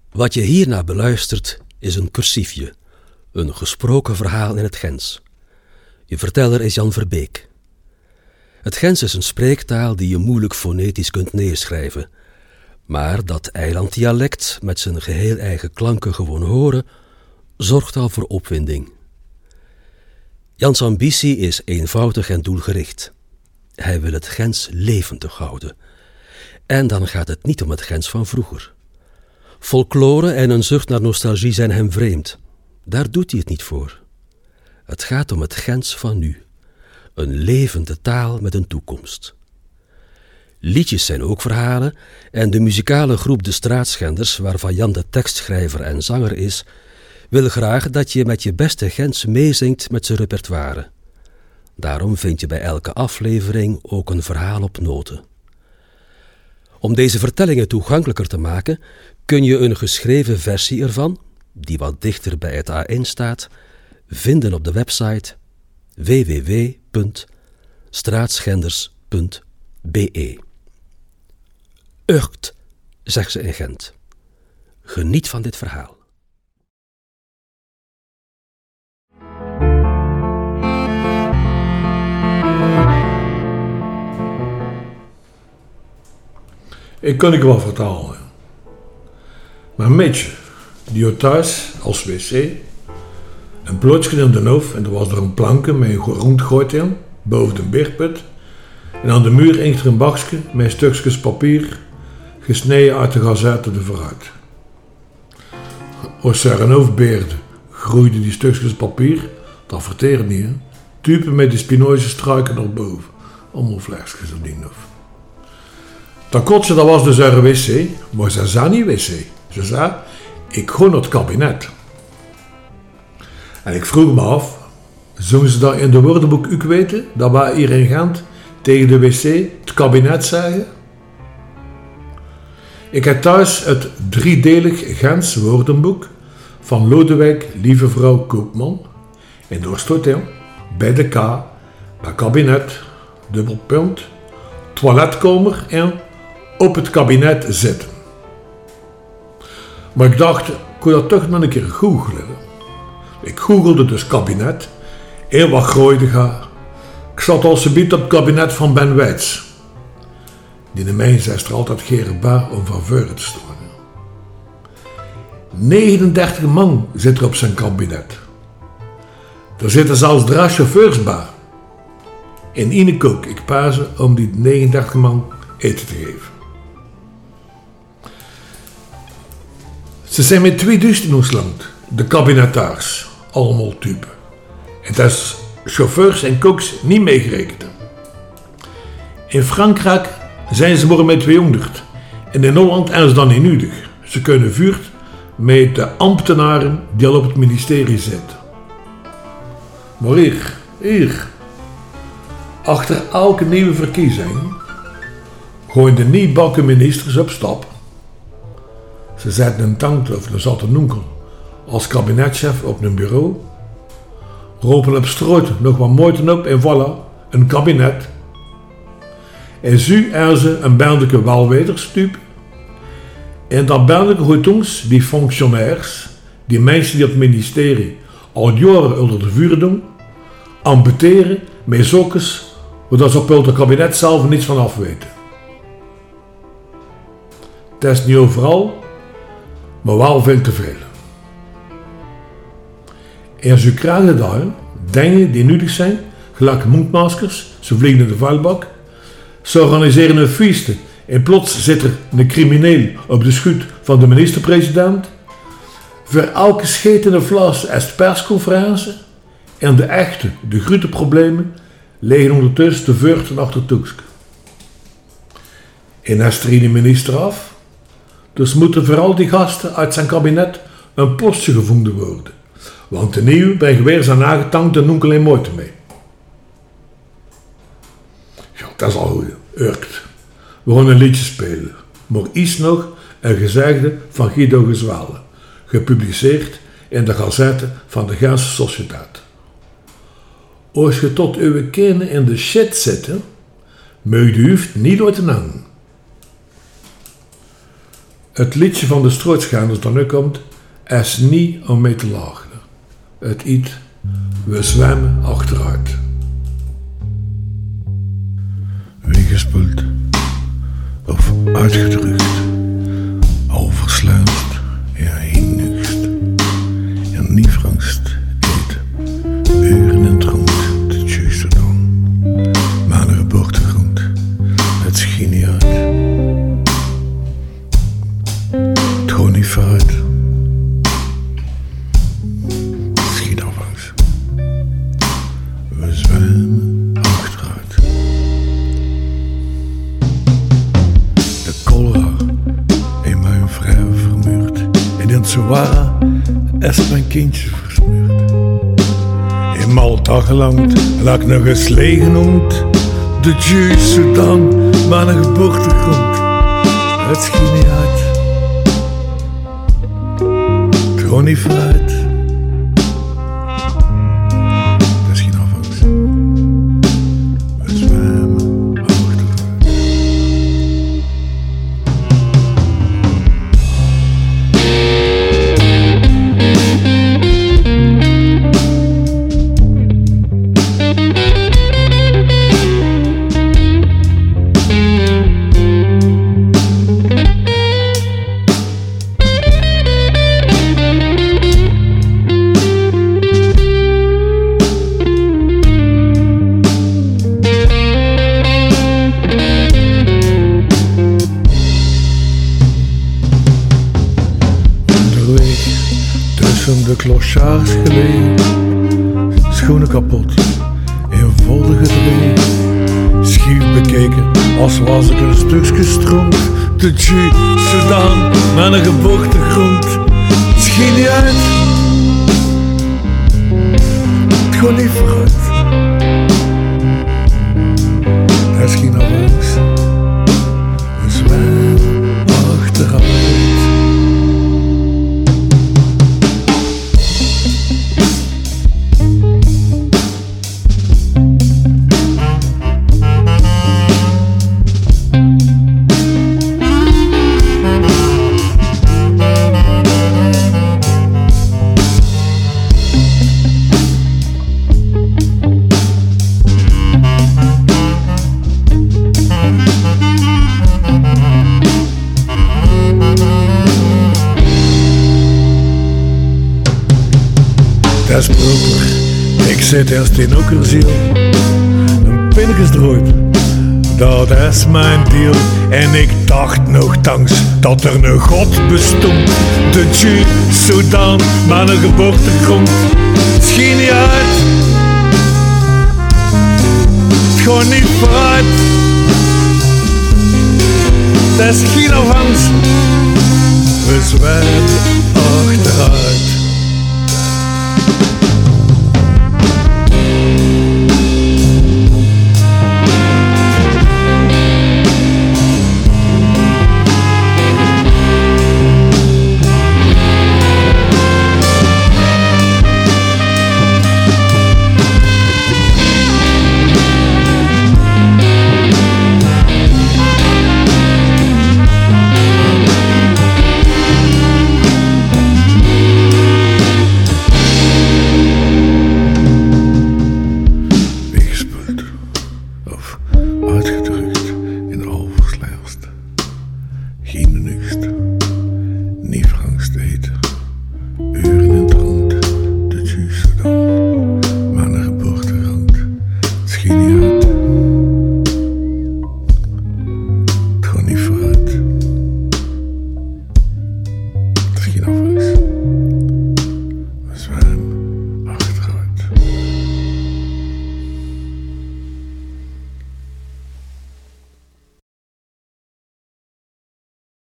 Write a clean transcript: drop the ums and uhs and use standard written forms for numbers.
Wat je hierna beluistert is een cursiefje, een gesproken verhaal in het Gens. Je verteller is Jan Verbeek. Het Gens is een spreektaal die je moeilijk fonetisch kunt neerschrijven, maar dat eilanddialect met zijn geheel eigen klanken gewoon horen, zorgt al voor opwinding. Jans ambitie is eenvoudig en doelgericht. Hij wil het Gens levendig houden. En dan gaat het niet om het Gens van vroeger. Folklore en een zucht naar nostalgie zijn hem vreemd. Daar doet hij het niet voor. Het gaat om het Gens van nu. Een levende taal met een toekomst. Liedjes zijn ook verhalen en de muzikale groep De Straatschenders, waarvan Jan de tekstschrijver en zanger is, wil graag dat je met je beste Gens meezingt met zijn repertoire. Daarom vind je bij elke aflevering ook een verhaal op noten. Om deze vertellingen toegankelijker te maken, kun je een geschreven versie ervan, die wat dichter bij het A1 staat, vinden op de website www.straatschenders.be. Urgt, zegt ze in Gent. Geniet van dit verhaal. Ik kan ik wel vertalen. Maar Mitje, die had thuis als wc een plotje in de hoofd en er was er een planken met een rondgooid in, boven de beerput. En aan de muur hing er een bakje met stukjes papier, gesneden uit de gazette de vooruit. Als er een hoofdbeerde groeide die stukjes papier, dat verteerde niet, hè? Typen met die spinoze struiken erboven. Allemaal vleksjes op die hoofd. Dat kotje, dat was dus haar wc, maar ze zei niet wc. Ze zei, ik ga naar het kabinet. En ik vroeg me af, zouden ze dat in de woordenboek ook weten, dat wij hier in Gent tegen de wc het kabinet zeggen? Ik heb thuis het driedelig Gens woordenboek van Lodewijk Lieve Vrouw Koopman. En daar staat in, bij de K, bij kabinet, dubbelpunt, toiletkamer en op het kabinet zitten. Maar ik dacht, ik kon dat toch nog een keer googelen. Ik googelde dus kabinet en wat gooide ga. Ik zat al zometeen op het kabinet van Ben Weitz. Die de mensen is er altijd gerenbaar om van voren te staan. 39 man zit er op zijn kabinet. Er zitten zelfs 3 chauffeurs bij. En Ine kook ik pazen om die 39 man eten te geven. Ze zijn met 2000 in ons land, de kabinetaars, allemaal typen. En dat is chauffeurs en koks niet meegerekend. In Frankrijk zijn ze maar met 200 en in Holland zijn ze dan niet nodig. Ze kunnen vuurt met de ambtenaren die al op het ministerie zitten. Maar hier, achter elke nieuwe verkiezing gooien de nieuwbakken ministers op stap. Ze zetten een tank of er zat een onkel als kabinetchef op een bureau. Ropen op straat nog wat moeite op en voilà, een kabinet. En zo hebben ze een bandelijke welwederstype. En dat bandelijke gooit ons, die functionairs, die mensen die op het ministerie al jaren onder de vuur doen, amputeren met zokjes, zodat ze op het kabinet zelf niets van af weten. Dat is niet overal, maar wel veel te veel. En ze krijgen daar dingen die nodig zijn, gelijk mondmaskers, ze vliegen in de vuilbak, ze organiseren een feesten en plots zit er een crimineel op de schut van de minister-president. Voor elke schetende fles is de persconferentie en de grote problemen liggen ondertussen te vurten achter Toekske. En hij streed de minister af, dus moeten voor al die gasten uit zijn kabinet een postje gevonden worden. Want de nieuw brengt weer zijn aangetankt en onkel en moeite mee. Ja, dat is al goed. Urkt. We gaan een liedje spelen. Maar iets nog een gezegde van Guido Gezwalen. Gepubliceerd in de Gazette van de Gentse Sociëteit. Als je tot uw kinderen in de shit zit, moet je hoofd niet laten hangen. Het liedje van de Strootschanders dan nu komt, is niet om mee te lachen. Het iets, we zwemmen achteruit. Weggespoeld of uitgedrukt, oversluist, ja heenugst, ja niet vangst, eet, uren en dronk, de juiste dan, maar de geboortegrond, het schien niet uit, het gewoon niet vooruit. Schietafvangst, we zwemmen achteruit. De cholera in mijn vrouw vermuurd. En in het Zoara is mijn kindje versmeurd. In Malta gelangt, laat ik nog eens leeg genoemd. De Jews Sudan, maar een geboortegrond. Het schiet niet uit. Het gewoon niet vooruit. Het is geen afvangst. We zwemmen achteruit. Tussen de clochards gelegen, schoenen kapot, in volle gedreven, schief bekeken, als was ik een stukje stront. De Jew, Sudan, met een geboortegrond, het schiet niet uit, het gewoon niet vooruit. Het is geen afvangst, we zwemmen achteruit. Dat is proper, ik zit eerst in okkerziel. Een pin gestrooid, dat is mijn deal. En ik dacht nogthans dat er een God bestond. De Jew, Sudan, maar een geboortegrond. Het schiet niet uit, het gewoon niet vooruit. Dat is geen afvangst, we zwemmen achteruit. Uitgedrukt in oversluist, geen nugst.